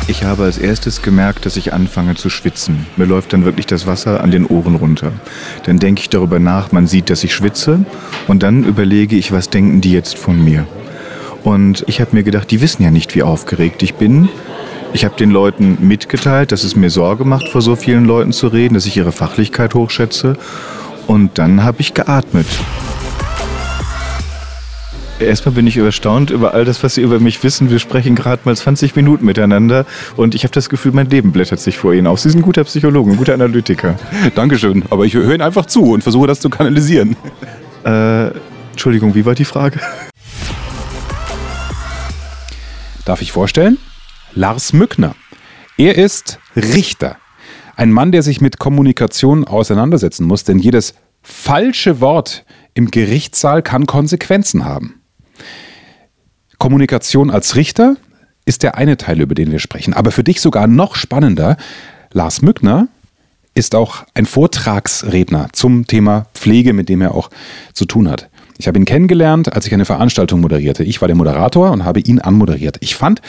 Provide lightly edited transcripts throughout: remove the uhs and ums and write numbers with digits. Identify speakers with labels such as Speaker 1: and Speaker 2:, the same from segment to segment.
Speaker 1: Ich habe als erstes gemerkt, dass ich anfange zu schwitzen. Mir läuft dann wirklich das Wasser an den Ohren runter. Dann denke ich darüber nach, man sieht, dass ich schwitze. Und dann überlege ich, was denken die jetzt von mir? Und ich habe mir gedacht, die wissen ja nicht, wie aufgeregt ich bin. Ich habe den Leuten mitgeteilt, dass es mir Sorge macht, vor so vielen Leuten zu reden, dass ich ihre Fachlichkeit hochschätze. Und dann habe ich geatmet. Erstmal bin ich erstaunt über all das, was Sie über mich wissen. Wir sprechen gerade mal 20 Minuten miteinander und ich habe das Gefühl, mein Leben blättert sich vor Ihnen auf. Sie sind ein guter Psychologe, ein guter Analytiker.
Speaker 2: Dankeschön, aber ich höre Ihnen einfach zu und versuche das zu kanalisieren.
Speaker 1: Entschuldigung, wie war die Frage?
Speaker 2: Darf ich vorstellen? Lars Mückner. Er ist Richter. Ein Mann, der sich mit Kommunikation auseinandersetzen muss, denn jedes falsche Wort im Gerichtssaal kann Konsequenzen haben. Kommunikation als Richter ist der eine Teil, über den wir sprechen. Aber für dich sogar noch spannender, Lars Mückner ist auch ein Vortragsredner zum Thema Pflege, mit dem er auch zu tun hat. Ich habe ihn kennengelernt, als ich eine Veranstaltung moderierte. Ich war der Moderator und habe ihn anmoderiert. Ich fand,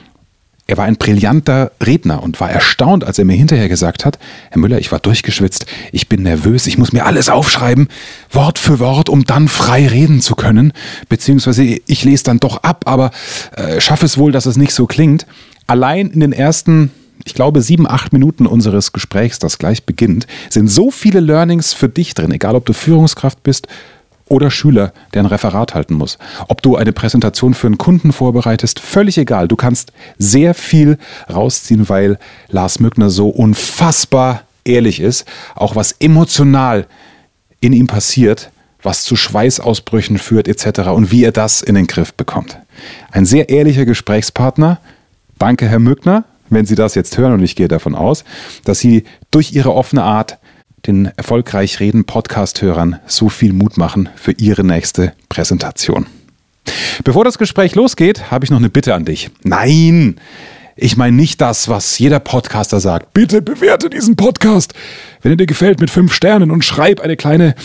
Speaker 2: er war ein brillanter Redner und war erstaunt, als er mir hinterher gesagt hat, Herr Müller, ich war durchgeschwitzt, ich bin nervös, ich muss mir alles aufschreiben, Wort für Wort, um dann frei reden zu können, beziehungsweise ich lese dann doch ab, aber schaffe es wohl, dass es nicht so klingt. Allein in den ersten, ich glaube 7-8 Minuten unseres Gesprächs, das gleich beginnt, sind so viele Learnings für dich drin, egal ob du Führungskraft bist oder Schüler, der ein Referat halten muss. Ob du eine Präsentation für einen Kunden vorbereitest, völlig egal. Du kannst sehr viel rausziehen, weil Lars Mückner so unfassbar ehrlich ist. Auch was emotional in ihm passiert, was zu Schweißausbrüchen führt etc. und wie er das in den Griff bekommt. Ein sehr ehrlicher Gesprächspartner. Danke, Herr Mückner, wenn Sie das jetzt hören und ich gehe davon aus, dass Sie durch Ihre offene Art den Erfolgreich Reden Podcast-Hörern so viel Mut machen für ihre nächste Präsentation. Bevor das Gespräch losgeht, habe ich noch eine Bitte an dich. Nein, ich meine nicht das, was jeder Podcaster sagt. Bitte bewerte diesen Podcast, wenn er dir gefällt, mit 5 Sternen und schreib eine kleine,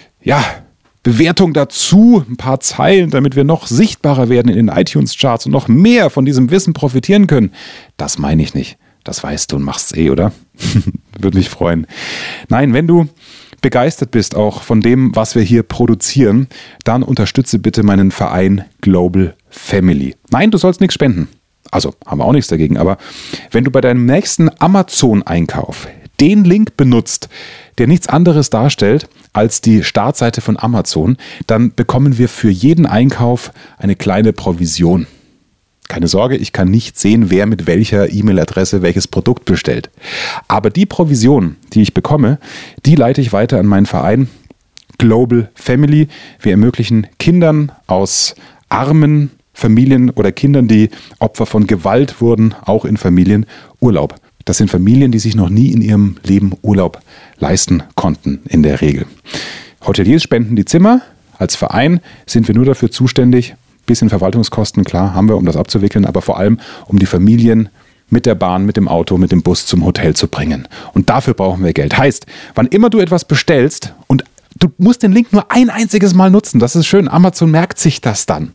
Speaker 2: Bewertung dazu, ein paar Zeilen, damit wir noch sichtbarer werden in den iTunes-Charts und noch mehr von diesem Wissen profitieren können. Das meine ich nicht. Das weißt du und machst es oder? Würde mich freuen. Nein, wenn du begeistert bist auch von dem, was wir hier produzieren, dann unterstütze bitte meinen Verein Global Family. Nein, du sollst nichts spenden. Also, haben wir auch nichts dagegen. Aber wenn du bei deinem nächsten Amazon-Einkauf den Link benutzt, der nichts anderes darstellt als die Startseite von Amazon, dann bekommen wir für jeden Einkauf eine kleine Provision. Keine Sorge, ich kann nicht sehen, wer mit welcher E-Mail-Adresse welches Produkt bestellt. Aber die Provision, die ich bekomme, die leite ich weiter an meinen Verein Global Family. Wir ermöglichen Kindern aus armen Familien oder Kindern, die Opfer von Gewalt wurden, auch in Familien, Urlaub. Das sind Familien, die sich noch nie in ihrem Leben Urlaub leisten konnten, in der Regel. Hoteliers spenden die Zimmer. Als Verein sind wir nur dafür zuständig, bisschen Verwaltungskosten, klar, haben wir, um das abzuwickeln, aber vor allem, um die Familien mit der Bahn, mit dem Auto, mit dem Bus zum Hotel zu bringen. Und dafür brauchen wir Geld. Heißt, wann immer du etwas bestellst und du musst den Link nur ein einziges Mal nutzen, das ist schön, Amazon merkt sich das dann.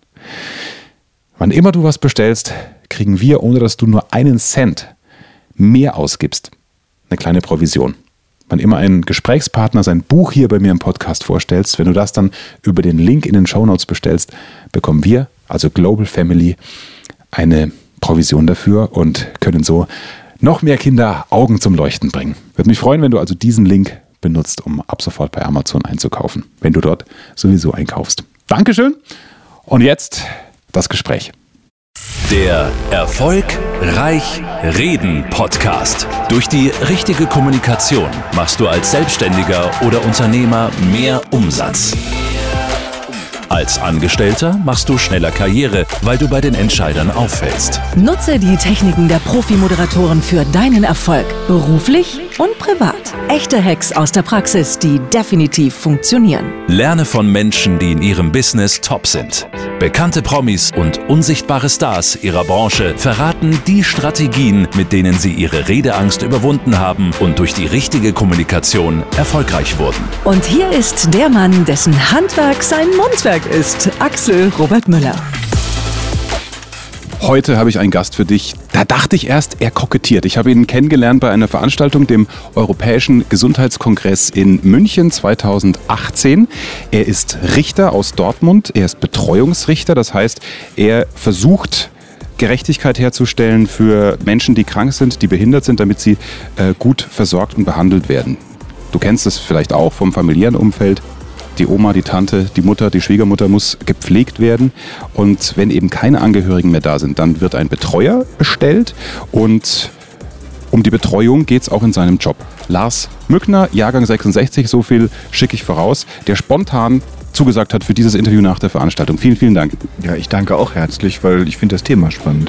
Speaker 2: Wann immer du was bestellst, kriegen wir, ohne dass du nur einen Cent mehr ausgibst, eine kleine Provision. Wann immer ein Gesprächspartner sein Buch hier bei mir im Podcast vorstellst, wenn du das dann über den Link in den Shownotes bestellst, bekommen wir, also Global Family, eine Provision dafür und können so noch mehr Kinder Augen zum Leuchten bringen. Würde mich freuen, wenn du also diesen Link benutzt, um ab sofort bei Amazon einzukaufen, wenn du dort sowieso einkaufst. Dankeschön und jetzt das Gespräch.
Speaker 3: Der Erfolgreich Reden Podcast. Durch die richtige Kommunikation machst du als Selbstständiger oder Unternehmer mehr Umsatz. Als Angestellter machst du schneller Karriere, weil du bei den Entscheidern auffällst.
Speaker 4: Nutze die Techniken der Profi-Moderatoren für deinen Erfolg, beruflich und privat. Echte Hacks aus der Praxis, die definitiv funktionieren.
Speaker 3: Lerne von Menschen, die in ihrem Business top sind. Bekannte Promis und unsichtbare Stars ihrer Branche verraten die Strategien, mit denen sie ihre Redeangst überwunden haben und durch die richtige Kommunikation erfolgreich wurden.
Speaker 4: Und hier ist der Mann, dessen Handwerk sein Mundwerk ist, Axel Robert Müller.
Speaker 2: Heute habe ich einen Gast für dich. Da dachte ich erst, er kokettiert. Ich habe ihn kennengelernt bei einer Veranstaltung, dem Europäischen Gesundheitskongress in München 2018. Er ist Richter aus Dortmund. Er ist Betreuungsrichter. Das heißt, er versucht, Gerechtigkeit herzustellen für Menschen, die krank sind, die behindert sind, damit sie gut versorgt und behandelt werden. Du kennst es vielleicht auch vom familiären Umfeld. Die Oma, die Tante, die Mutter, die Schwiegermutter muss gepflegt werden. Und wenn eben keine Angehörigen mehr da sind, dann wird ein Betreuer bestellt. Und um die Betreuung geht es auch in seinem Job. Lars Mückner, Jahrgang 66, so viel schicke ich voraus, der spontan zugesagt hat für dieses Interview nach der Veranstaltung. Vielen, vielen Dank.
Speaker 1: Ja, ich danke auch herzlich, weil ich finde das Thema spannend.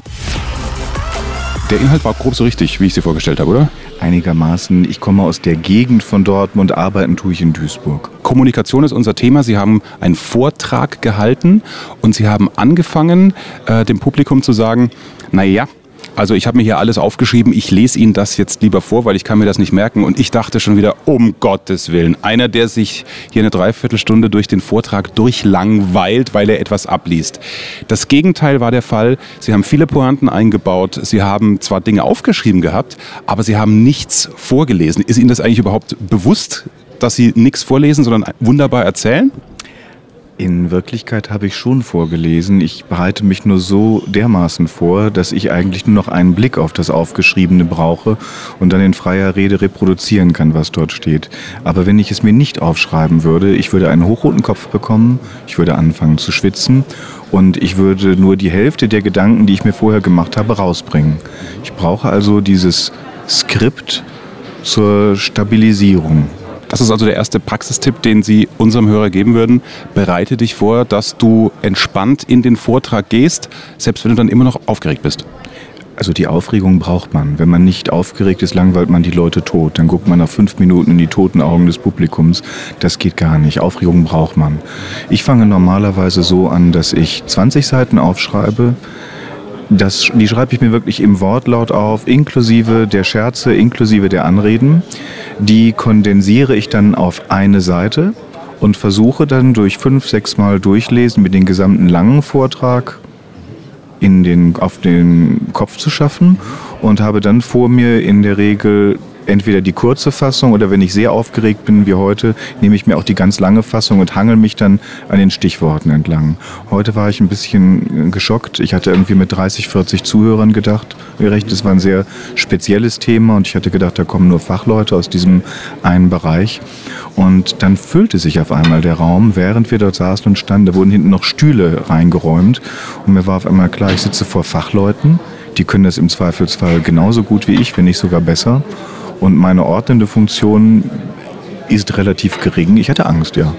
Speaker 2: Der Inhalt war grob so richtig, wie ich sie vorgestellt habe, oder?
Speaker 1: Einigermaßen. Ich komme aus der Gegend von Dortmund, arbeiten tue ich in Duisburg.
Speaker 2: Kommunikation ist unser Thema. Sie haben einen Vortrag gehalten und Sie haben angefangen, dem Publikum zu sagen, naja, also ich habe mir hier alles aufgeschrieben, ich lese Ihnen das jetzt lieber vor, weil ich kann mir das nicht merken. Und ich dachte schon wieder, um Gottes Willen, einer, der sich hier eine Dreiviertelstunde durch den Vortrag durchlangweilt, weil er etwas abliest. Das Gegenteil war der Fall. Sie haben viele Pointen eingebaut. Sie haben zwar Dinge aufgeschrieben gehabt, aber Sie haben nichts vorgelesen. Ist Ihnen das eigentlich überhaupt bewusst, dass Sie nichts vorlesen, sondern wunderbar erzählen?
Speaker 1: In Wirklichkeit habe ich schon vorgelesen. Ich bereite mich nur so dermaßen vor, dass ich eigentlich nur noch einen Blick auf das Aufgeschriebene brauche und dann in freier Rede reproduzieren kann, was dort steht. Aber wenn ich es mir nicht aufschreiben würde, ich würde einen hochroten Kopf bekommen, ich würde anfangen zu schwitzen und ich würde nur die Hälfte der Gedanken, die ich mir vorher gemacht habe, rausbringen. Ich brauche also dieses Skript zur Stabilisierung.
Speaker 2: Das ist also der erste Praxistipp, den Sie unserem Hörer geben würden. Bereite dich vor, dass du entspannt in den Vortrag gehst, selbst wenn du dann immer noch aufgeregt bist.
Speaker 1: Also die Aufregung braucht man. Wenn man nicht aufgeregt ist, langweilt man die Leute tot. Dann guckt man nach 5 Minuten in die toten Augen des Publikums. Das geht gar nicht. Aufregung braucht man. Ich fange normalerweise so an, dass ich 20 Seiten aufschreibe. Die schreibe ich mir wirklich im Wortlaut auf, inklusive der Scherze, inklusive der Anreden. Die kondensiere ich dann auf eine Seite und versuche dann durch 5-6 Mal durchlesen mit dem gesamten langen Vortrag auf den Kopf zu schaffen und habe dann vor mir in der Regel entweder die kurze Fassung oder wenn ich sehr aufgeregt bin wie heute, nehme ich mir auch die ganz lange Fassung und hangel mich dann an den Stichworten entlang. Heute war ich ein bisschen geschockt. Ich hatte irgendwie mit 30, 40 Zuhörern gerechnet. Das war ein sehr spezielles Thema und ich hatte gedacht, da kommen nur Fachleute aus diesem einen Bereich. Und dann füllte sich auf einmal der Raum, während wir dort saßen und standen. Da wurden hinten noch Stühle reingeräumt und mir war auf einmal klar, ich sitze vor Fachleuten. Die können das im Zweifelsfall genauso gut wie ich, wenn nicht sogar besser. Und meine ordnende Funktion ist relativ gering. Ich hatte Angst, ja.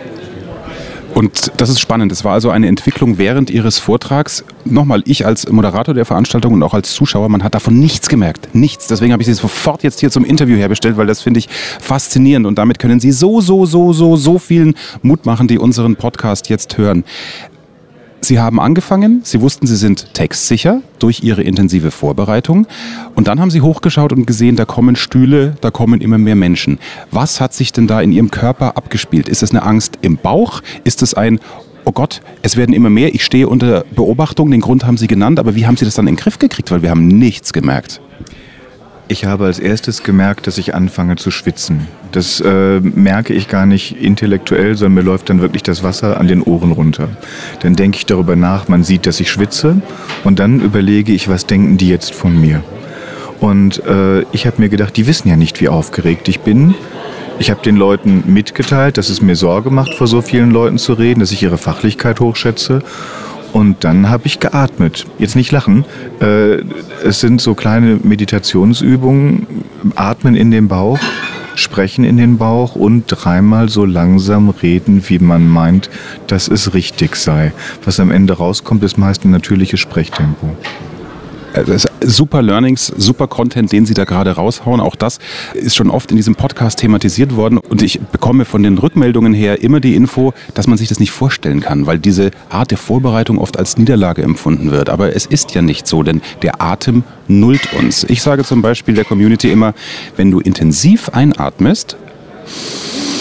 Speaker 2: Und das ist spannend. Es war also eine Entwicklung während Ihres Vortrags. Nochmal, ich als Moderator der Veranstaltung und auch als Zuschauer, man hat davon nichts gemerkt. Nichts. Deswegen habe ich Sie sofort jetzt hier zum Interview herbestellt, weil das finde ich faszinierend. Und damit können Sie so vielen Mut machen, die unseren Podcast jetzt hören. Sie haben angefangen, Sie wussten, Sie sind textsicher durch Ihre intensive Vorbereitung und dann haben Sie hochgeschaut und gesehen, da kommen Stühle, da kommen immer mehr Menschen. Was hat sich denn da in Ihrem Körper abgespielt? Ist es eine Angst im Bauch? Ist es ein, oh Gott, es werden immer mehr, ich stehe unter Beobachtung, den Grund haben Sie genannt, aber wie haben Sie das dann in den Griff gekriegt? Weil wir haben nichts gemerkt.
Speaker 1: Ich habe als erstes gemerkt, dass ich anfange zu schwitzen. Das merke ich gar nicht intellektuell, sondern mir läuft dann wirklich das Wasser an den Ohren runter. Dann denke ich darüber nach, man sieht, dass ich schwitze und dann überlege ich, was denken die jetzt von mir? Und ich habe mir gedacht, die wissen ja nicht, wie aufgeregt ich bin. Ich habe den Leuten mitgeteilt, dass es mir Sorge macht, vor so vielen Leuten zu reden, dass ich ihre Fachlichkeit hochschätze. Und dann habe ich geatmet. Jetzt nicht lachen. Es sind so kleine Meditationsübungen. Atmen in den Bauch, sprechen in den Bauch und 3-mal so langsam reden, wie man meint, dass es richtig sei. Was am Ende rauskommt, ist meist ein natürliches Sprechtempo.
Speaker 2: Das ist super Learnings, super Content, den Sie da gerade raushauen. Auch das ist schon oft in diesem Podcast thematisiert worden. Und ich bekomme von den Rückmeldungen her immer die Info, dass man sich das nicht vorstellen kann, weil diese Art der Vorbereitung oft als Niederlage empfunden wird. Aber es ist ja nicht so, denn der Atem nullt uns. Ich sage zum Beispiel der Community immer, wenn du intensiv einatmest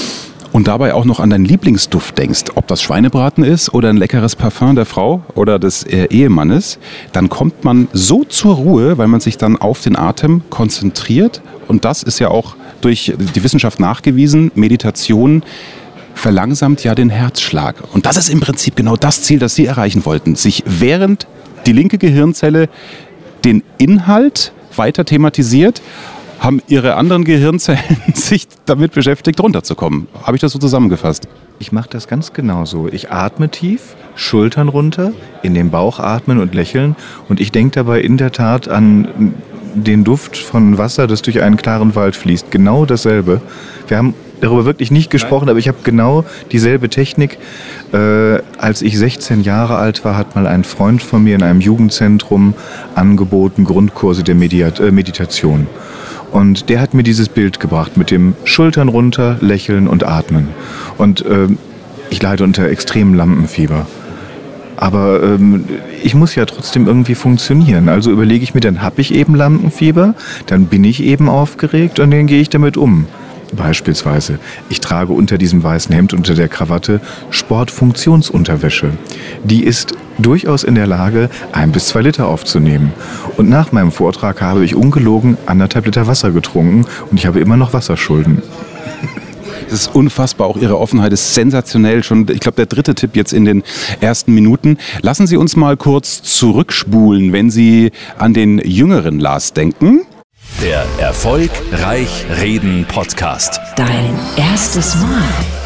Speaker 2: und dabei auch noch an deinen Lieblingsduft denkst, ob das Schweinebraten ist oder ein leckeres Parfum der Frau oder des Ehemannes, dann kommt man so zur Ruhe, weil man sich dann auf den Atem konzentriert. Und das ist ja auch durch die Wissenschaft nachgewiesen. Meditation verlangsamt ja den Herzschlag. Und das ist im Prinzip genau das Ziel, das Sie erreichen wollten. Sich während die linke Gehirnzelle den Inhalt weiter thematisiert, haben Ihre anderen Gehirnzellen sich damit beschäftigt, runterzukommen. Habe ich das so zusammengefasst?
Speaker 1: Ich mache das ganz genauso. Ich atme tief, Schultern runter, in den Bauch atmen und lächeln. Und ich denke dabei in der Tat an den Duft von Wasser, das durch einen klaren Wald fließt. Genau dasselbe. Wir haben darüber wirklich nicht gesprochen, aber ich habe genau dieselbe Technik. Als ich 16 Jahre alt war, hat mal ein Freund von mir in einem Jugendzentrum angeboten, Grundkurse der Meditation. Und der hat mir dieses Bild gebracht mit dem Schultern runter, lächeln und atmen. Und ich leide unter extremem Lampenfieber. Aber ich muss ja trotzdem irgendwie funktionieren. Also überlege ich mir, dann habe ich eben Lampenfieber, dann bin ich eben aufgeregt und dann gehe ich damit um. Beispielsweise, ich trage unter diesem weißen Hemd, unter der Krawatte, Sportfunktionsunterwäsche. Die ist durchaus in der Lage, 1 bis 2 Liter aufzunehmen. Und nach meinem Vortrag habe ich ungelogen 1,5 Liter Wasser getrunken und ich habe immer noch Wasserschulden.
Speaker 2: Das ist unfassbar, auch Ihre Offenheit ist sensationell. Schon, ich glaube, der 3. Tipp jetzt in den ersten Minuten. Lassen Sie uns mal kurz zurückspulen, wenn Sie an den jüngeren Lars denken.
Speaker 3: Der Erfolgreich Reden Podcast.
Speaker 4: Dein erstes Mal.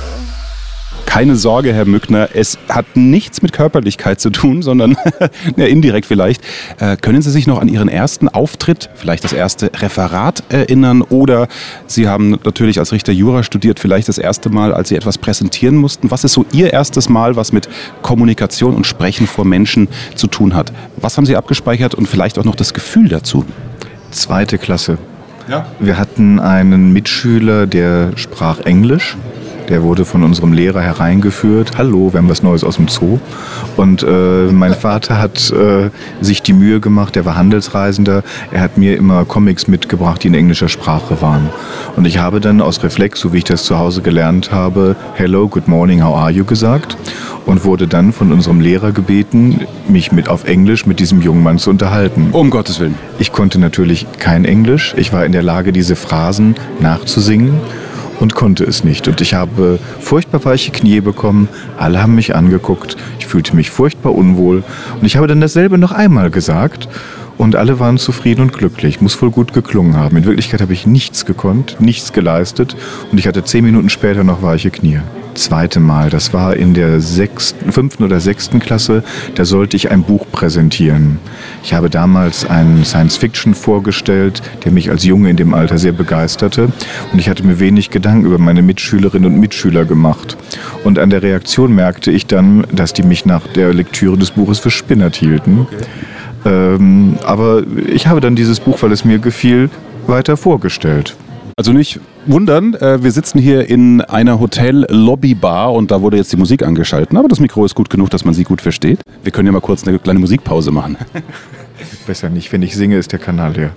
Speaker 2: Keine Sorge, Herr Mückner, es hat nichts mit Körperlichkeit zu tun, sondern ja, indirekt vielleicht. Können Sie sich noch an Ihren ersten Auftritt, vielleicht das erste Referat erinnern? Oder Sie haben natürlich als Richter Jura studiert, vielleicht das erste Mal, als Sie etwas präsentieren mussten. Was ist so Ihr erstes Mal, was mit Kommunikation und Sprechen vor Menschen zu tun hat? Was haben Sie abgespeichert und vielleicht auch noch das Gefühl dazu?
Speaker 1: 2. Klasse.
Speaker 2: Ja.
Speaker 1: Wir hatten einen Mitschüler, der sprach Englisch. Der wurde von unserem Lehrer hereingeführt. Hallo, wir haben was Neues aus dem Zoo. Und mein Vater hat sich die Mühe gemacht, der war Handelsreisender. Er hat mir immer Comics mitgebracht, die in englischer Sprache waren. Und ich habe dann aus Reflex, so wie ich das zu Hause gelernt habe, Hello, good morning, how are you gesagt. Und wurde dann von unserem Lehrer gebeten, mich auf Englisch mit diesem jungen Mann zu unterhalten.
Speaker 2: Um Gottes Willen.
Speaker 1: Ich konnte natürlich kein Englisch. Ich war in der Lage, diese Phrasen nachzusingen. Und konnte es nicht. Und ich habe furchtbar weiche Knie bekommen. Alle haben mich angeguckt. Ich fühlte mich furchtbar unwohl. Und ich habe dann dasselbe noch einmal gesagt. Und alle waren zufrieden und glücklich. Muss wohl gut geklungen haben. In Wirklichkeit habe ich nichts gekonnt, nichts geleistet. Und ich hatte 10 Minuten später noch weiche Knie. 2. Mal, das war in der 5. oder 6. Klasse, da sollte ich ein Buch präsentieren. Ich habe damals einen Science-Fiction vorgestellt, der mich als Junge in dem Alter sehr begeisterte. Und ich hatte mir wenig Gedanken über meine Mitschülerinnen und Mitschüler gemacht. Und an der Reaktion merkte ich dann, dass die mich nach der Lektüre des Buches für Spinnert hielten. Okay. Aber ich habe dann dieses Buch, weil es mir gefiel, weiter vorgestellt.
Speaker 2: Also nicht wundern, wir sitzen hier in einer Hotel-Lobby-Bar und da wurde jetzt die Musik angeschaltet. Aber das Mikro ist gut genug, dass man sie gut versteht. Wir können ja mal kurz eine kleine Musikpause machen.
Speaker 1: Besser nicht, wenn ich singe, ist der Kanal leer.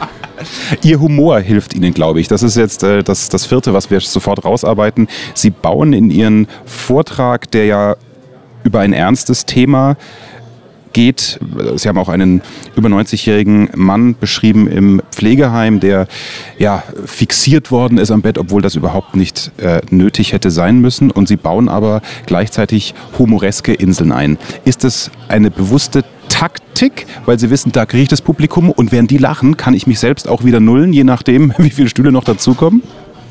Speaker 2: Ihr Humor hilft Ihnen, glaube ich. Das ist jetzt das 4., was wir sofort rausarbeiten. Sie bauen in Ihren Vortrag, der ja über ein ernstes Thema geht. Sie haben auch einen über 90-jährigen Mann beschrieben im Pflegeheim, der ja fixiert worden ist am Bett, obwohl das überhaupt nicht nötig hätte sein müssen. Und Sie bauen aber gleichzeitig humoreske Inseln ein. Ist das eine bewusste Taktik, weil Sie wissen, da kriege ich das Publikum und während die lachen, kann ich mich selbst auch wieder nullen, je nachdem, wie viele Stühle noch dazukommen?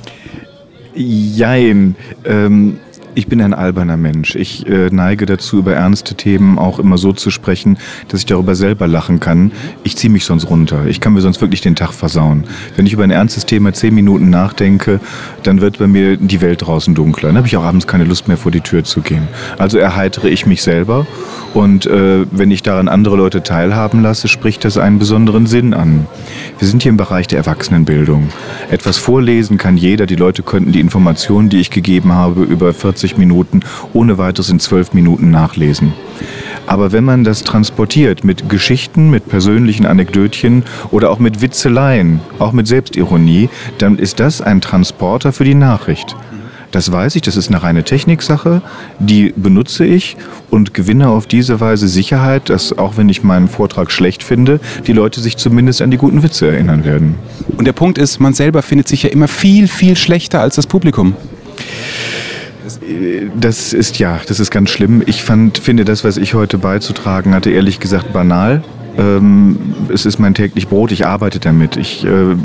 Speaker 1: Jein. Ich bin ein alberner Mensch. Ich neige dazu, über ernste Themen auch immer so zu sprechen, dass ich darüber selber lachen kann. Ich ziehe mich sonst runter. Ich kann mir sonst wirklich den Tag versauen. Wenn ich über ein ernstes Thema 10 Minuten nachdenke, dann wird bei mir die Welt draußen dunkler. Dann habe ich auch abends keine Lust mehr, vor die Tür zu gehen. Also erheitere ich mich selber. Und wenn ich daran andere Leute teilhaben lasse, spricht das einen besonderen Sinn an. Wir sind hier im Bereich der Erwachsenenbildung. Etwas vorlesen kann jeder. Die Leute könnten die Informationen, die ich gegeben habe, über 40 Minuten ohne weiteres in 12 Minuten nachlesen. Aber wenn man das transportiert mit Geschichten, mit persönlichen Anekdötchen oder auch mit Witzeleien, auch mit Selbstironie, dann ist das ein Transporter für die Nachricht. Das weiß ich, das ist eine reine Techniksache, die benutze ich und gewinne auf diese Weise Sicherheit, dass auch wenn ich meinen Vortrag schlecht finde, die Leute sich zumindest an die guten Witze erinnern werden.
Speaker 2: Und der Punkt ist, man selber findet sich ja immer viel, viel schlechter als das Publikum.
Speaker 1: Das ist ganz schlimm. Ich finde das, was ich heute beizutragen hatte, ehrlich gesagt banal. Es ist mein täglich Brot, ich arbeite damit. Ich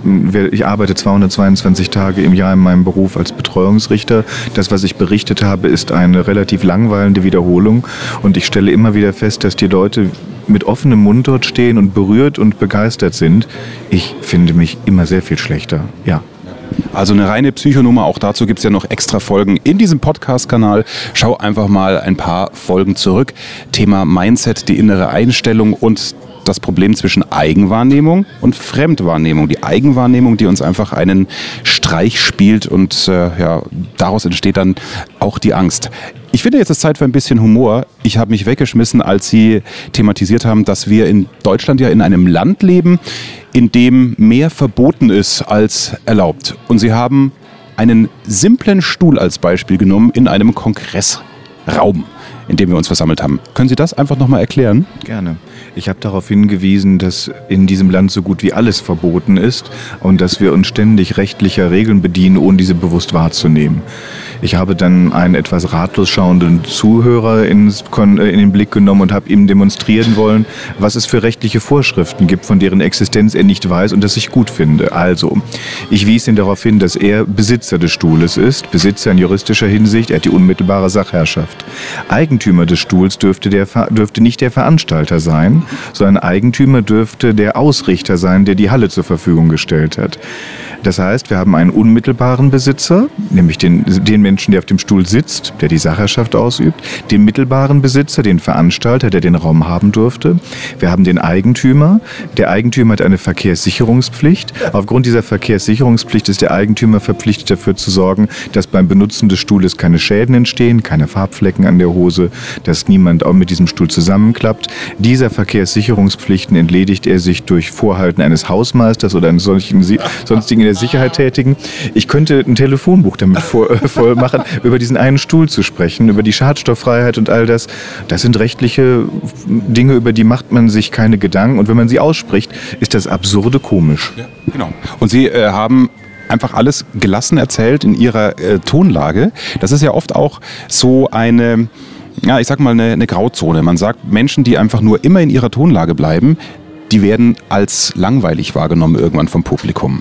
Speaker 1: arbeite 222 Tage im Jahr in meinem Beruf als Betreuungsrichter. Das, was ich berichtet habe, ist eine relativ langweilende Wiederholung. Und ich stelle immer wieder fest, dass die Leute mit offenem Mund dort stehen und berührt und begeistert sind. Ich finde mich immer sehr viel schlechter, ja.
Speaker 2: Also eine reine Psychonummer, auch dazu gibt es ja noch extra Folgen in diesem Podcast-Kanal. Schau einfach mal ein paar Folgen zurück. Thema Mindset, die innere Einstellung und das Problem zwischen Eigenwahrnehmung und Fremdwahrnehmung. Die Eigenwahrnehmung, die uns einfach einen Streich spielt und daraus entsteht dann auch die Angst. Ich finde, jetzt ist Zeit für ein bisschen Humor. Ich habe mich weggeschmissen, als Sie thematisiert haben, dass wir in Deutschland ja in einem Land leben, in dem mehr verboten ist als erlaubt. Und Sie haben einen simplen Stuhl als Beispiel genommen in einem Kongressraum, in dem wir uns versammelt haben. Können Sie das einfach nochmal erklären?
Speaker 1: Gerne. Ich habe darauf hingewiesen, dass in diesem Land so gut wie alles verboten ist und dass wir uns ständig rechtlicher Regeln bedienen, ohne diese bewusst wahrzunehmen. Ich habe dann einen etwas ratlos schauenden Zuhörer in den Blick genommen und habe ihm demonstrieren wollen, was es für rechtliche Vorschriften gibt, von deren Existenz er nicht weiß und das ich gut finde. Also, ich wies ihn darauf hin, dass er Besitzer des Stuhles ist, Besitzer in juristischer Hinsicht, er hat die unmittelbare Sachherrschaft. Eigentümer des Stuhls dürfte nicht der Veranstalter sein, sondern Eigentümer dürfte der Ausrichter sein, der die Halle zur Verfügung gestellt hat. Das heißt, wir haben einen unmittelbaren Besitzer, nämlich den Menschen, der auf dem Stuhl sitzt, der die Sachherrschaft ausübt, den mittelbaren Besitzer, den Veranstalter, der den Raum haben durfte. Wir haben den Eigentümer. Der Eigentümer hat eine Verkehrssicherungspflicht. Aufgrund dieser Verkehrssicherungspflicht ist der Eigentümer verpflichtet, dafür zu sorgen, dass beim Benutzen des Stuhles keine Schäden entstehen, keine Farbflecken an der Hose, dass niemand auch mit diesem Stuhl zusammenklappt. Dieser Verkehrssicherungspflichten entledigt er sich durch Vorhalten eines Hausmeisters oder eines sonstigen in der Sicherheit tätigen. Ich könnte ein Telefonbuch damit voll machen, über diesen einen Stuhl zu sprechen, über die Schadstofffreiheit und all das. Das sind rechtliche Dinge, über die macht man sich keine Gedanken. Und wenn man sie ausspricht, ist das Absurde komisch. Ja,
Speaker 2: genau. Und Sie haben einfach alles gelassen erzählt in Ihrer Tonlage. Das ist ja oft auch so eine, ja, ich sag mal eine Grauzone. Man sagt, Menschen, die einfach nur immer in ihrer Tonlage bleiben, die werden als langweilig wahrgenommen irgendwann vom Publikum.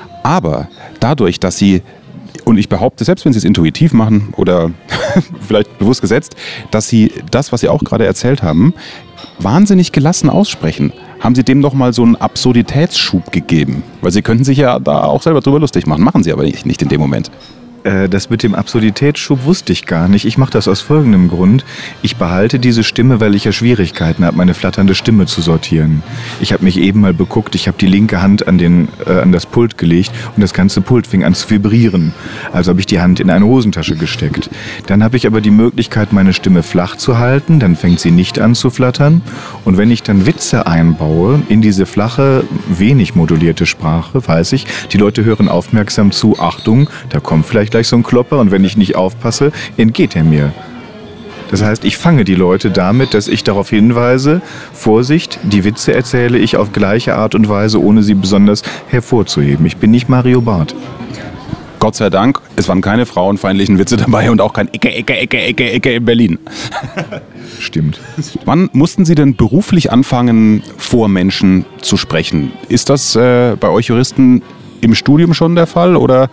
Speaker 2: Aber dadurch, dass Sie, und ich behaupte, selbst wenn Sie es intuitiv machen oder vielleicht bewusst gesetzt, dass Sie das, was Sie auch gerade erzählt haben, wahnsinnig gelassen aussprechen, haben Sie dem nochmal so einen Absurditätsschub gegeben. Weil Sie könnten sich ja da auch selber drüber lustig machen, machen Sie aber nicht in dem Moment.
Speaker 1: Das mit dem Absurditätsschub wusste ich gar nicht. Ich mache das aus folgendem Grund. Ich behalte diese Stimme, weil ich ja Schwierigkeiten habe, meine flatternde Stimme zu sortieren. Ich habe mich eben mal beguckt, ich habe die linke Hand an das Pult gelegt und das ganze Pult fing an zu vibrieren. Also habe ich die Hand in eine Hosentasche gesteckt. Dann habe ich aber die Möglichkeit, meine Stimme flach zu halten, dann fängt sie nicht an zu flattern. Und wenn ich dann Witze einbaue in diese flache, wenig modulierte Sprache, weiß ich, die Leute hören aufmerksam zu, Achtung, da kommt vielleicht gleich so ein Klopper und wenn ich nicht aufpasse, entgeht er mir. Das heißt, ich fange die Leute damit, dass ich darauf hinweise, Vorsicht, die Witze erzähle ich auf gleiche Art und Weise, ohne sie besonders hervorzuheben. Ich bin nicht Mario Barth.
Speaker 2: Gott sei Dank, es waren keine frauenfeindlichen Witze dabei und auch kein Ecke in Berlin.
Speaker 1: Stimmt.
Speaker 2: Wann mussten Sie denn beruflich anfangen, vor Menschen zu sprechen? Ist das bei euch Juristen im Studium schon der Fall oder?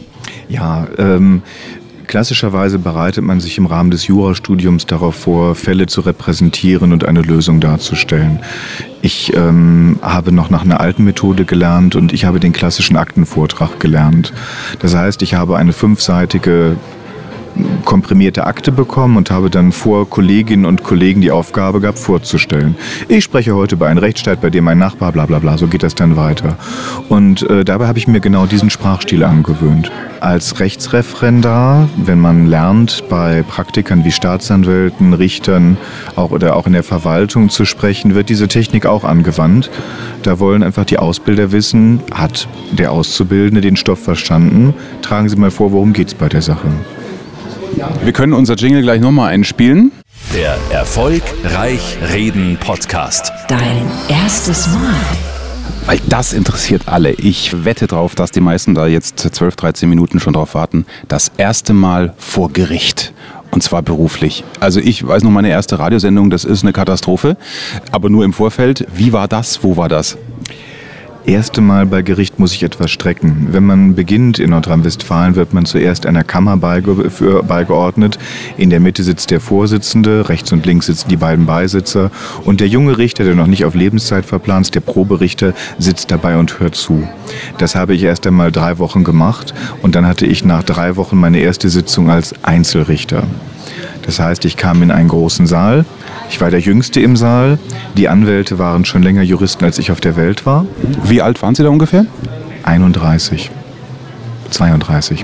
Speaker 1: Ja, klassischerweise bereitet man sich im Rahmen des Jurastudiums darauf vor, Fälle zu repräsentieren und eine Lösung darzustellen. Ich habe noch nach einer alten Methode gelernt und ich habe den klassischen Aktenvortrag gelernt. Das heißt, ich habe eine 5-seitige komprimierte Akte bekommen und habe dann vor Kolleginnen und Kollegen die Aufgabe gehabt, vorzustellen. Ich spreche heute über einen Rechtsstreit, bei dem mein Nachbar, bla bla bla, so geht das dann weiter. Und dabei habe ich mir genau diesen Sprachstil angewöhnt. Als Rechtsreferendar, wenn man lernt, bei Praktikern wie Staatsanwälten, Richtern oder auch in der Verwaltung zu sprechen, wird diese Technik auch angewandt. Da wollen einfach die Ausbilder wissen, hat der Auszubildende den Stoff verstanden? Tragen Sie mal vor, worum geht es bei der Sache?
Speaker 2: Wir können unser Jingle gleich nochmal einspielen.
Speaker 3: Der Erfolgreich Reden Podcast.
Speaker 4: Dein erstes Mal.
Speaker 2: Weil das interessiert alle. Ich wette drauf, dass die meisten da jetzt 12, 13 Minuten schon drauf warten. Das erste Mal vor Gericht. Und zwar beruflich. Also ich weiß noch, meine erste Radiosendung, das ist eine Katastrophe. Aber nur im Vorfeld. Wie war das? Wo war das?
Speaker 1: Erste Mal bei Gericht muss ich etwas strecken. Wenn man beginnt in Nordrhein-Westfalen, wird man zuerst einer Kammer beigeordnet. In der Mitte sitzt der Vorsitzende, rechts und links sitzen die beiden Beisitzer. Und der junge Richter, der noch nicht auf Lebenszeit verplant ist, der Proberichter, sitzt dabei und hört zu. Das habe ich erst einmal 3 Wochen gemacht. Und dann hatte ich nach 3 Wochen meine erste Sitzung als Einzelrichter. Das heißt, ich kam in einen großen Saal. Ich war der Jüngste im Saal. Die Anwälte waren schon länger Juristen, als ich auf der Welt war.
Speaker 2: Wie alt waren Sie da ungefähr?
Speaker 1: 31. 32.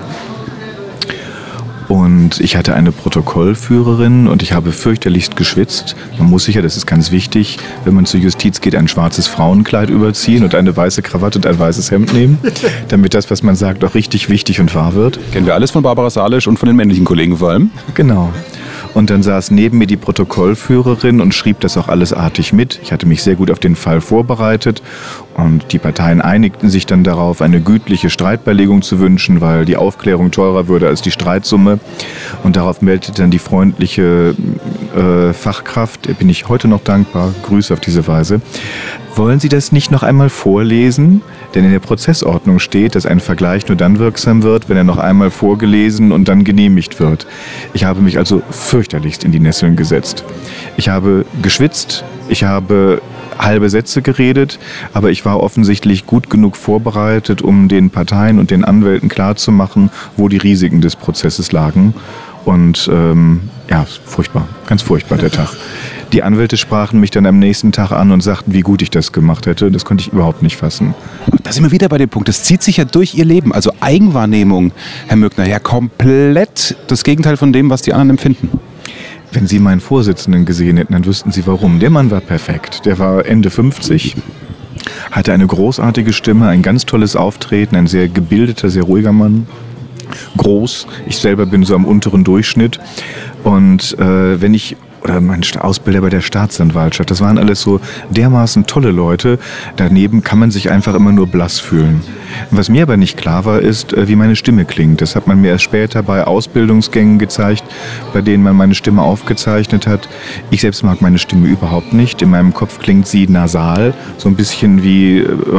Speaker 1: Und ich hatte eine Protokollführerin und ich habe fürchterlichst geschwitzt. Man muss sicher, das ist ganz wichtig, wenn man zur Justiz geht, ein schwarzes Frauenkleid überziehen und eine weiße Krawatte und ein weißes Hemd nehmen, damit das, was man sagt, auch richtig wichtig und wahr wird.
Speaker 2: Kennen wir alles von Barbara Salisch und von den männlichen Kollegen vor allem.
Speaker 1: Genau. Und dann saß neben mir die Protokollführerin und schrieb das auch alles artig mit. Ich hatte mich sehr gut auf den Fall vorbereitet und die Parteien einigten sich dann darauf, eine gütliche Streitbeilegung zu wünschen, weil die Aufklärung teurer würde als die Streitsumme. Und darauf meldete dann die freundliche Fachkraft, der bin ich heute noch dankbar, Grüße auf diese Weise. Wollen Sie das nicht noch einmal vorlesen? Denn in der Prozessordnung steht, dass ein Vergleich nur dann wirksam wird, wenn er noch einmal vorgelesen und dann genehmigt wird. Ich habe mich also fürchterlichst in die Nesseln gesetzt. Ich habe geschwitzt, ich habe halbe Sätze geredet, aber ich war offensichtlich gut genug vorbereitet, um den Parteien und den Anwälten klarzumachen, wo die Risiken des Prozesses lagen. Und ja, furchtbar, ganz furchtbar der Tag. Die Anwälte sprachen mich dann am nächsten Tag an und sagten, wie gut ich das gemacht hätte. Das konnte ich überhaupt nicht fassen.
Speaker 2: Da sind wir wieder bei dem Punkt, das zieht sich ja durch Ihr Leben. Also Eigenwahrnehmung, Herr Mückner, ja komplett das Gegenteil von dem, was die anderen empfinden.
Speaker 1: Wenn Sie meinen Vorsitzenden gesehen hätten, dann wüssten Sie warum. Der Mann war perfekt. Der war Ende 50, hatte eine großartige Stimme, ein ganz tolles Auftreten, ein sehr gebildeter, sehr ruhiger Mann. Groß. Ich selber bin so am unteren Durchschnitt. Und oder mein Ausbilder bei der Staatsanwaltschaft, das waren alles so dermaßen tolle Leute. Daneben kann man sich einfach immer nur blass fühlen. Was mir aber nicht klar war, ist, wie meine Stimme klingt. Das hat man mir erst später bei Ausbildungsgängen gezeigt, bei denen man meine Stimme aufgezeichnet hat. Ich selbst mag meine Stimme überhaupt nicht. In meinem Kopf klingt sie nasal, so ein bisschen wie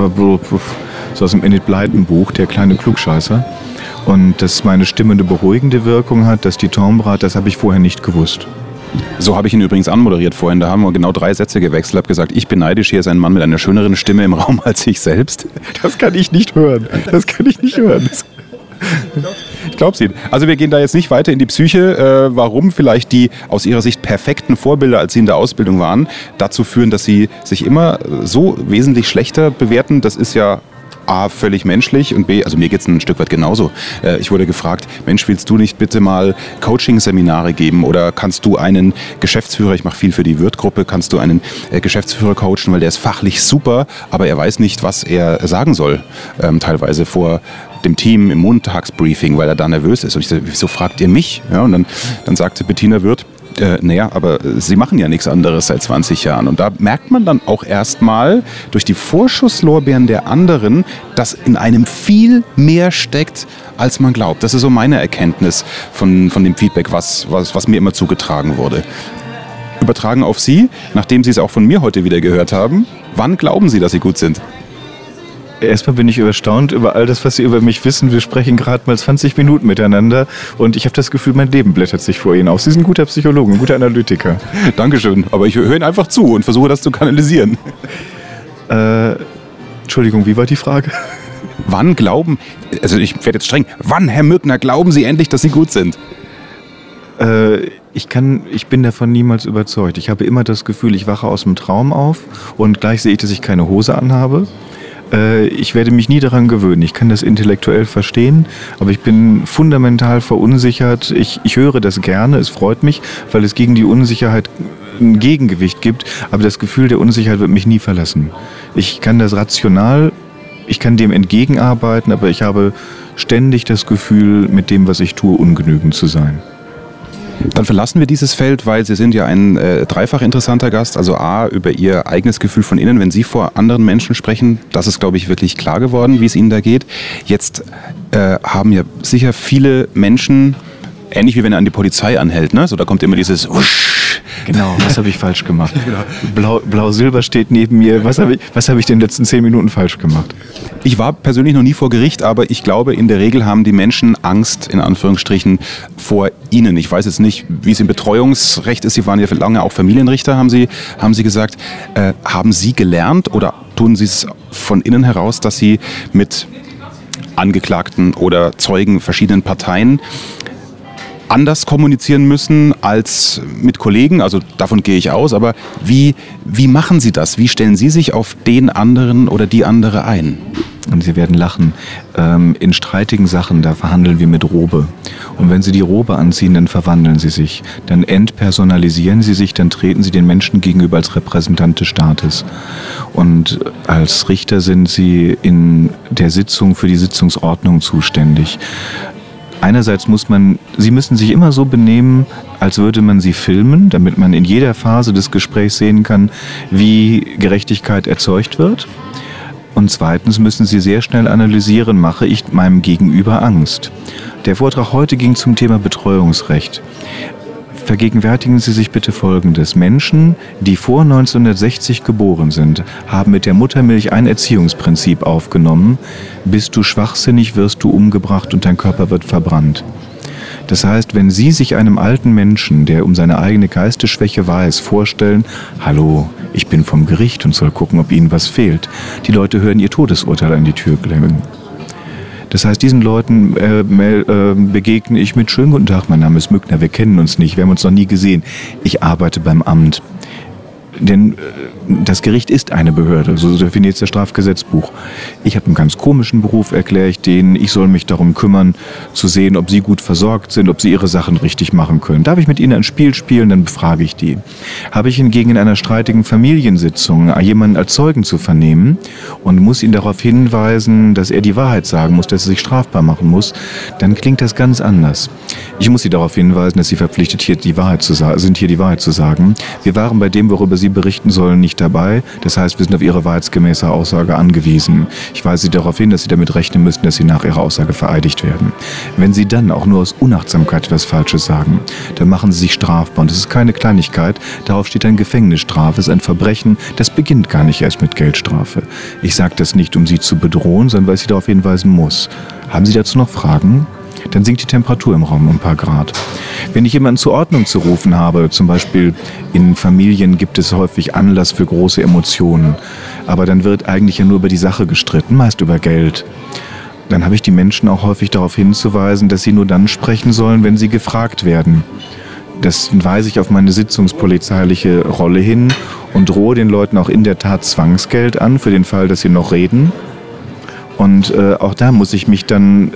Speaker 1: so aus dem Enid Blyton Buch, der kleine Klugscheißer. Und dass meine Stimme eine beruhigende Wirkung hat, dass die Timbre hat, das habe ich vorher nicht gewusst.
Speaker 2: So habe ich ihn übrigens anmoderiert vorhin. Da haben wir genau 3 Sätze gewechselt. Ich habe gesagt, ich bin neidisch, hier ist ein Mann mit einer schöneren Stimme im Raum als ich selbst.
Speaker 1: Das kann ich nicht hören. Das kann ich nicht hören.
Speaker 2: Ich glaube es Ihnen. Also wir gehen da jetzt nicht weiter in die Psyche, warum vielleicht die aus Ihrer Sicht perfekten Vorbilder, als Sie in der Ausbildung waren, dazu führen, dass Sie sich immer so wesentlich schlechter bewerten. Das ist ja A, völlig menschlich und B, also mir geht es ein Stück weit genauso. Ich wurde gefragt, Mensch, willst du nicht bitte mal Coaching-Seminare geben oder kannst du einen Geschäftsführer, ich mache viel für die Wirth-Gruppe, kannst du einen Geschäftsführer coachen, weil der ist fachlich super, aber er weiß nicht, was er sagen soll, teilweise vor dem Team im Montagsbriefing, weil er da nervös ist. Und ich sage, wieso fragt ihr mich? Ja, und dann sagte Bettina Wirth, naja, aber Sie machen ja nichts anderes seit 20 Jahren. Und da merkt man dann auch erstmal durch die Vorschusslorbeeren der anderen, dass in einem viel mehr steckt, als man glaubt. Das ist so meine Erkenntnis von dem Feedback, was mir immer zugetragen wurde. Übertragen auf Sie, nachdem Sie es auch von mir heute wieder gehört haben, wann glauben Sie, dass Sie gut sind?
Speaker 1: Erstmal bin ich erstaunt über all das, was Sie über mich wissen. Wir sprechen gerade mal 20 Minuten miteinander und ich habe das Gefühl, mein Leben blättert sich vor Ihnen auf. Sie sind ein guter Psychologe, ein guter Analytiker.
Speaker 2: Dankeschön, aber ich höre Ihnen einfach zu und versuche das zu kanalisieren.
Speaker 1: Entschuldigung, wie war die Frage?
Speaker 2: Wann glauben, also ich werde jetzt streng, wann, Herr Mückner, glauben Sie endlich, dass Sie gut sind?
Speaker 1: Ich bin davon niemals überzeugt. Ich habe immer das Gefühl, ich wache aus dem Traum auf und gleich sehe ich, dass ich keine Hose anhabe. Ich werde mich nie daran gewöhnen. Ich kann das intellektuell verstehen, aber ich bin fundamental verunsichert. Ich höre das gerne, es freut mich, weil es gegen die Unsicherheit ein Gegengewicht gibt, aber das Gefühl der Unsicherheit wird mich nie verlassen. Ich kann das rational, ich kann dem entgegenarbeiten, aber ich habe ständig das Gefühl, mit dem, was ich tue, ungenügend zu sein.
Speaker 2: Dann verlassen wir dieses Feld, weil Sie sind ja ein dreifach interessanter Gast. Also A, über Ihr eigenes Gefühl von innen, wenn Sie vor anderen Menschen sprechen. Das ist, glaube ich, wirklich klar geworden, wie es Ihnen da geht. Jetzt haben ja sicher viele Menschen, ähnlich wie wenn er an die Polizei anhält, ne? So, da kommt immer dieses Wusch.
Speaker 1: Genau, was habe ich falsch gemacht? Blau-Silber steht neben mir. Was habe ich in den letzten 10 Minuten falsch gemacht?
Speaker 2: Ich war persönlich noch nie vor Gericht, aber ich glaube, in der Regel haben die Menschen Angst, in Anführungsstrichen, vor Ihnen. Ich weiß jetzt nicht, wie es im Betreuungsrecht ist. Sie waren ja lange auch Familienrichter, haben Sie gesagt. Haben Sie gelernt oder tun Sie es von innen heraus, dass Sie mit Angeklagten oder Zeugen verschiedenen Parteien anders kommunizieren müssen als mit Kollegen? Also davon gehe ich aus, aber wie machen Sie das? Wie stellen Sie sich auf den anderen oder die andere ein?
Speaker 1: Und Sie werden lachen. In streitigen Sachen, da verhandeln wir mit Robe. Und wenn Sie die Robe anziehen, dann verwandeln Sie sich. Dann entpersonalisieren Sie sich, dann treten Sie den Menschen gegenüber als Repräsentant des Staates. Und als Richter sind Sie in der Sitzung für die Sitzungsordnung zuständig. Einerseits Sie müssen sich immer so benehmen, als würde man sie filmen, damit man in jeder Phase des Gesprächs sehen kann, wie Gerechtigkeit erzeugt wird. Und zweitens müssen Sie sehr schnell analysieren, mache ich meinem Gegenüber Angst? Der Vortrag heute ging zum Thema Betreuungsrecht. Vergegenwärtigen Sie sich bitte Folgendes. Menschen, die vor 1960 geboren sind, haben mit der Muttermilch ein Erziehungsprinzip aufgenommen. Bist du schwachsinnig, wirst du umgebracht und dein Körper wird verbrannt. Das heißt, wenn Sie sich einem alten Menschen, der um seine eigene Geistesschwäche weiß, vorstellen, hallo, ich bin vom Gericht und soll gucken, ob Ihnen was fehlt. Die Leute hören ihr Todesurteil an die Tür klingeln. Das heißt, diesen Leuten begegne ich mit schönen guten Tag, mein Name ist Mückner, wir kennen uns nicht, wir haben uns noch nie gesehen. Ich arbeite beim Amt. Denn das Gericht ist eine Behörde, so definiert es das Strafgesetzbuch. Ich habe einen ganz komischen Beruf, erkläre ich denen. Ich soll mich darum kümmern, zu sehen, ob sie gut versorgt sind, ob sie ihre Sachen richtig machen können. Darf ich mit ihnen ein Spiel spielen, dann befrage ich die. Habe ich hingegen in einer streitigen Familiensitzung jemanden als Zeugen zu vernehmen und muss ihn darauf hinweisen, dass er die Wahrheit sagen muss, dass er sich strafbar machen muss, dann klingt das ganz anders. Ich muss sie darauf hinweisen, dass sie verpflichtet sind, hier die Wahrheit zu sagen. Wir waren bei dem, worüber sie berichten sollen, nicht dabei. Das heißt, wir sind auf ihre wahrheitsgemäße Aussage angewiesen. Ich weise Sie darauf hin, dass Sie damit rechnen müssen, dass Sie nach Ihrer Aussage vereidigt werden. Wenn Sie dann auch nur aus Unachtsamkeit etwas Falsches sagen, dann machen Sie sich strafbar. Und das ist keine Kleinigkeit. Darauf steht ein Gefängnisstrafe. Es ist ein Verbrechen. Das beginnt gar nicht erst mit Geldstrafe. Ich sage das nicht, um Sie zu bedrohen, sondern weil ich Sie darauf hinweisen muss. Haben Sie dazu noch Fragen? Dann sinkt die Temperatur im Raum um ein paar Grad. Wenn ich jemanden zur Ordnung zu rufen habe, zum Beispiel in Familien gibt es häufig Anlass für große Emotionen, aber dann wird eigentlich ja nur über die Sache gestritten, meist über Geld. Dann habe ich die Menschen auch häufig darauf hinzuweisen, dass sie nur dann sprechen sollen, wenn sie gefragt werden. Das weise ich auf meine sitzungspolizeiliche Rolle hin und drohe den Leuten auch in der Tat Zwangsgeld an, für den Fall, dass sie noch reden. Und auch da muss ich mich dann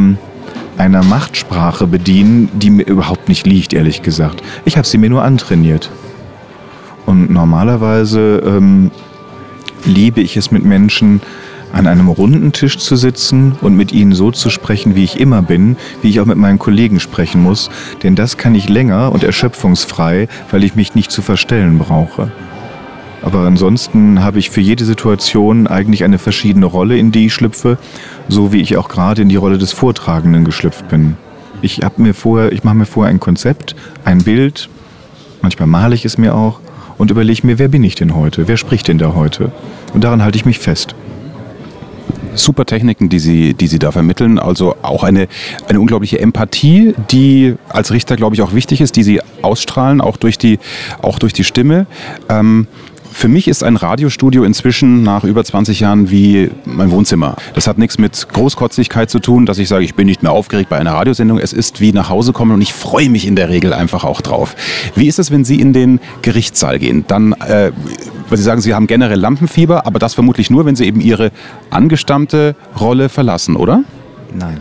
Speaker 1: einer Machtsprache bedienen, die mir überhaupt nicht liegt, ehrlich gesagt. Ich habe sie mir nur antrainiert. Und normalerweise liebe ich es, mit Menschen an einem runden Tisch zu sitzen und mit ihnen so zu sprechen, wie ich immer bin, wie ich auch mit meinen Kollegen sprechen muss. Denn das kann ich länger und erschöpfungsfrei, weil ich mich nicht zu verstellen brauche. Aber ansonsten habe ich für jede Situation eigentlich eine verschiedene Rolle, in die ich schlüpfe, so wie ich auch gerade in die Rolle des Vortragenden geschlüpft bin. Ich mache mir vorher ein Konzept, ein Bild, manchmal male ich es mir auch und überlege mir, wer bin ich denn heute, wer spricht denn da heute? Und daran halte ich mich fest.
Speaker 2: Super Techniken, die Sie da vermitteln, also auch eine unglaubliche Empathie, die als Richter, glaube ich, auch wichtig ist, die Sie ausstrahlen, auch durch die Stimme. Für mich ist ein Radiostudio inzwischen nach über 20 Jahren wie mein Wohnzimmer. Das hat nichts mit Großkotzigkeit zu tun, dass ich sage, ich bin nicht mehr aufgeregt bei einer Radiosendung. Es ist wie nach Hause kommen und ich freue mich in der Regel einfach auch drauf. Wie ist es, wenn Sie in den Gerichtssaal gehen? Dann, weil Sie sagen, Sie haben generell Lampenfieber, aber das vermutlich nur, wenn Sie eben Ihre angestammte Rolle verlassen, oder?
Speaker 1: Nein.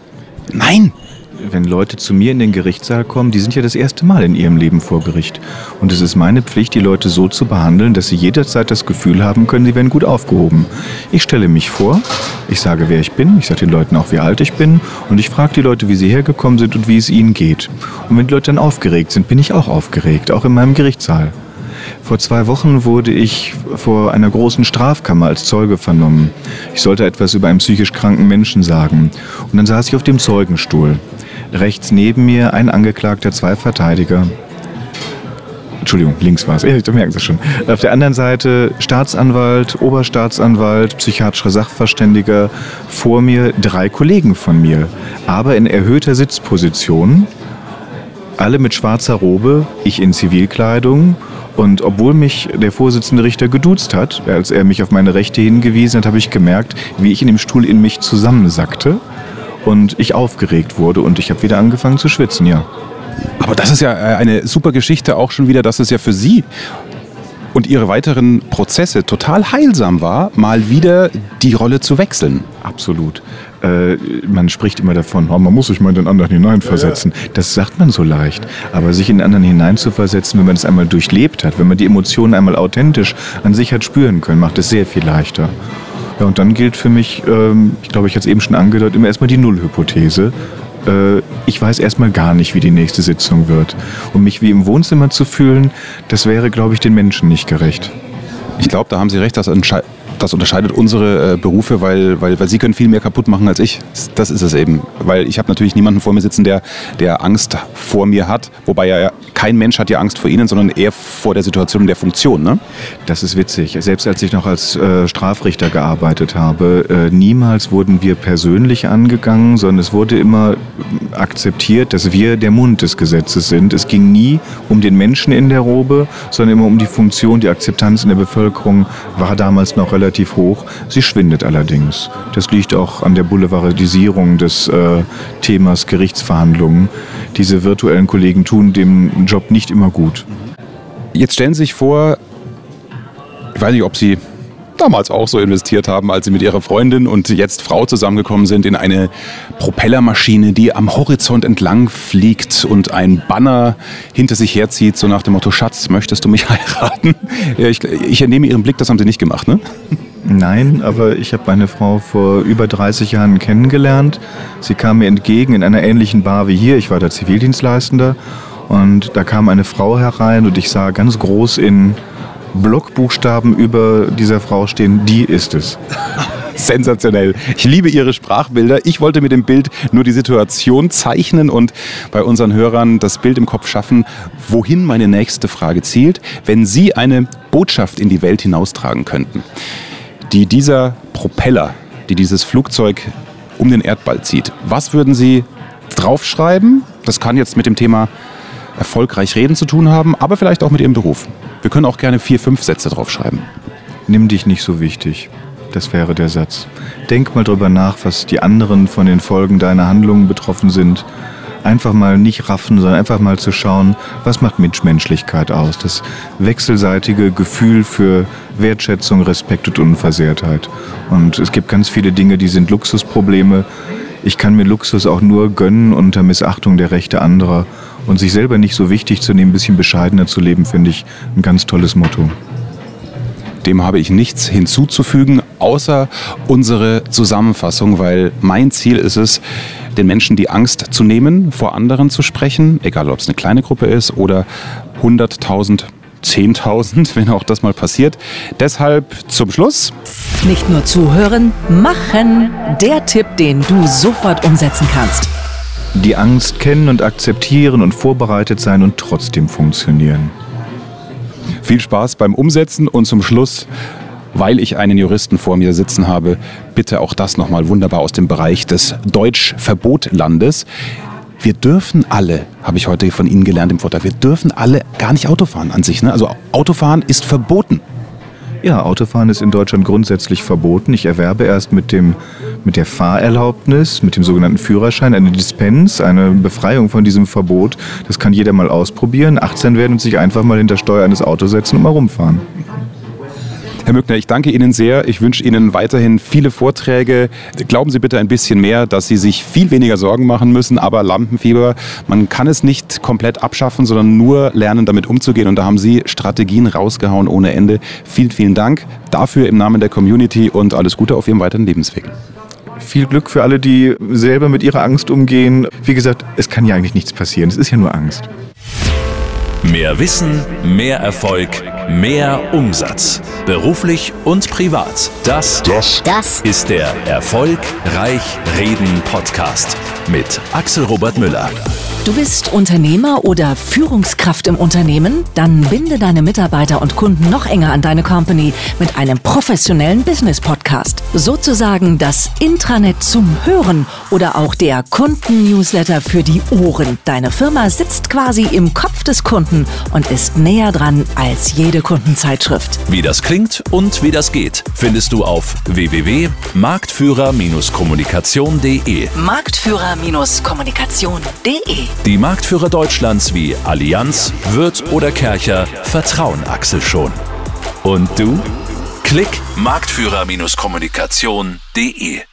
Speaker 2: Nein!
Speaker 1: Wenn Leute zu mir in den Gerichtssaal kommen, die sind ja das erste Mal in ihrem Leben vor Gericht. Und es ist meine Pflicht, die Leute so zu behandeln, dass sie jederzeit das Gefühl haben können, sie werden gut aufgehoben. Ich stelle mich vor, ich sage, wer ich bin, ich sage den Leuten auch, wie alt ich bin und ich frage die Leute, wie sie hergekommen sind und wie es ihnen geht. Und wenn die Leute dann aufgeregt sind, bin ich auch aufgeregt, auch in meinem Gerichtssaal. Vor 2 Wochen wurde ich vor einer großen Strafkammer als Zeuge vernommen. Ich sollte etwas über einen psychisch kranken Menschen sagen. Und dann saß ich auf dem Zeugenstuhl. Rechts neben mir ein Angeklagter, 2 Verteidiger. Entschuldigung, links war es. Ja, da merken Sie schon. Auf der anderen Seite Staatsanwalt, Oberstaatsanwalt, psychiatrischer Sachverständiger. Vor mir 3 Kollegen von mir, aber in erhöhter Sitzposition. Alle mit schwarzer Robe, ich in Zivilkleidung. Und obwohl mich der Vorsitzende Richter geduzt hat, als er mich auf meine Rechte hingewiesen hat, habe ich gemerkt, wie ich in dem Stuhl in mich zusammensackte. Und ich aufgeregt wurde und ich habe wieder angefangen zu schwitzen, ja.
Speaker 2: Aber das ist ja eine super Geschichte auch schon wieder, dass es ja für Sie und Ihre weiteren Prozesse total heilsam war, mal wieder die Rolle zu wechseln.
Speaker 1: Absolut. Man spricht immer davon, man muss sich mal in den anderen hineinversetzen. Ja. Das sagt man so leicht. Aber sich in den anderen hineinzuversetzen, wenn man es einmal durchlebt hat, wenn man die Emotionen einmal authentisch an sich hat spüren können, macht es sehr viel leichter. Ja, und dann gilt für mich, ich glaube, ich hatte es eben schon angedeutet, immer erstmal die Nullhypothese. Ich weiß erstmal gar nicht, wie die nächste Sitzung wird. Und mich wie im Wohnzimmer zu fühlen, das wäre, glaube ich, den Menschen nicht gerecht.
Speaker 2: Ich glaube, da haben Sie recht, das unterscheidet unsere Berufe, weil Sie können viel mehr kaputt machen als ich. Das ist es eben. Weil ich habe natürlich niemanden vor mir sitzen, der Angst vor mir hat. Wobei ja kein Mensch hat ja Angst vor Ihnen, sondern eher vor der Situation der Funktion. Ne?
Speaker 1: Das ist witzig. Selbst als ich noch als Strafrichter gearbeitet habe, niemals wurden wir persönlich angegangen, sondern es wurde immer akzeptiert, dass wir der Mund des Gesetzes sind. Es ging nie um den Menschen in der Robe, sondern immer um die Funktion. Die Akzeptanz in der Bevölkerung war damals noch relativ hoch. Sie schwindet allerdings. Das liegt auch an der Boulevardisierung des Themas Gerichtsverhandlungen. Diese virtuellen Kollegen tun dem Job nicht immer gut.
Speaker 2: Jetzt stellen Sie sich vor, ich weiß nicht, ob Sie damals auch so investiert haben, als Sie mit Ihrer Freundin und jetzt Frau zusammengekommen sind in eine Propellermaschine, die am Horizont entlang fliegt und ein Banner hinter sich herzieht, so nach dem Motto, Schatz, möchtest du mich heiraten? Ich entnehme Ihren Blick, das haben Sie nicht gemacht, ne?
Speaker 1: Nein, aber ich habe meine Frau vor über 30 Jahren kennengelernt. Sie kam mir entgegen in einer ähnlichen Bar wie hier. Ich war der Zivildienstleistender und da kam eine Frau herein und ich sah ganz groß in Blockbuchstaben über dieser Frau stehen, die ist es.
Speaker 2: Sensationell. Ich liebe Ihre Sprachbilder. Ich wollte mit dem Bild nur die Situation zeichnen und bei unseren Hörern das Bild im Kopf schaffen, wohin meine nächste Frage zielt. Wenn Sie eine Botschaft in die Welt hinaustragen könnten, die dieser Propeller, die dieses Flugzeug um den Erdball zieht, was würden Sie draufschreiben? Das kann jetzt mit dem Thema erfolgreich reden zu tun haben, aber vielleicht auch mit Ihrem Beruf. Wir können auch gerne 4, 5 Sätze draufschreiben.
Speaker 1: Nimm dich nicht so wichtig. Das wäre der Satz. Denk mal drüber nach, was die anderen von den Folgen deiner Handlungen betroffen sind. Einfach mal nicht raffen, sondern einfach mal zu schauen, was macht Menschlichkeit aus? Das wechselseitige Gefühl für Wertschätzung, Respekt und Unversehrtheit. Und es gibt ganz viele Dinge, die sind Luxusprobleme. Ich kann mir Luxus auch nur gönnen unter Missachtung der Rechte anderer. Und sich selber nicht so wichtig zu nehmen, ein bisschen bescheidener zu leben, finde ich ein ganz tolles Motto.
Speaker 2: Dem habe ich nichts hinzuzufügen, außer unsere Zusammenfassung, weil mein Ziel ist es, den Menschen die Angst zu nehmen, vor anderen zu sprechen, egal ob es eine kleine Gruppe ist oder 100.000, 10.000, wenn auch das mal passiert. Deshalb zum Schluss.
Speaker 4: Nicht nur zuhören, machen. Der Tipp, den du sofort umsetzen kannst.
Speaker 1: Die Angst kennen und akzeptieren und vorbereitet sein und trotzdem funktionieren.
Speaker 2: Viel Spaß beim Umsetzen und zum Schluss, weil ich einen Juristen vor mir sitzen habe, bitte auch das nochmal wunderbar aus dem Bereich des Deutschverbotlandes. Wir dürfen alle, habe ich heute von Ihnen gelernt im Vortrag, wir dürfen alle gar nicht Auto fahren an sich. Ne? Also Autofahren ist verboten.
Speaker 1: Ja, Autofahren ist in Deutschland grundsätzlich verboten. Ich erwerbe erst mit der Fahrerlaubnis, mit dem sogenannten Führerschein, eine Dispens, eine Befreiung von diesem Verbot. Das kann jeder mal ausprobieren, 18 werden und sich einfach mal hinter Steuer eines Autos setzen und mal rumfahren.
Speaker 2: Herr Mückner, ich danke Ihnen sehr. Ich wünsche Ihnen weiterhin viele Vorträge. Glauben Sie bitte ein bisschen mehr, dass Sie sich viel weniger Sorgen machen müssen. Aber Lampenfieber, man kann es nicht komplett abschaffen, sondern nur lernen, damit umzugehen. Und da haben Sie Strategien rausgehauen ohne Ende. Vielen, vielen Dank dafür im Namen der Community und alles Gute auf Ihrem weiteren Lebensweg.
Speaker 1: Viel Glück für alle, die selber mit ihrer Angst umgehen. Wie gesagt, es kann ja eigentlich nichts passieren. Es ist ja nur Angst.
Speaker 3: Mehr Wissen, mehr Erfolg, mehr Umsatz. Beruflich und privat. Das ist der Erfolgreich Reden Podcast mit Axel Robert Müller.
Speaker 4: Du bist Unternehmer oder Führungskraft im Unternehmen? Dann binde deine Mitarbeiter und Kunden noch enger an deine Company mit einem professionellen Business-Podcast. Sozusagen das Intranet zum Hören oder auch der Kunden-Newsletter für die Ohren. Deine Firma sitzt quasi im Kopf des Kunden und ist näher dran als jede Kundenzeitschrift.
Speaker 3: Wie das klingt und wie das geht, findest du auf www.marktführer-kommunikation.de.
Speaker 4: Marktführer-kommunikation.de.
Speaker 3: Die Marktführer Deutschlands wie Allianz, Wirth oder Kärcher vertrauen Axel schon. Und du? Klick marktführer-kommunikation.de.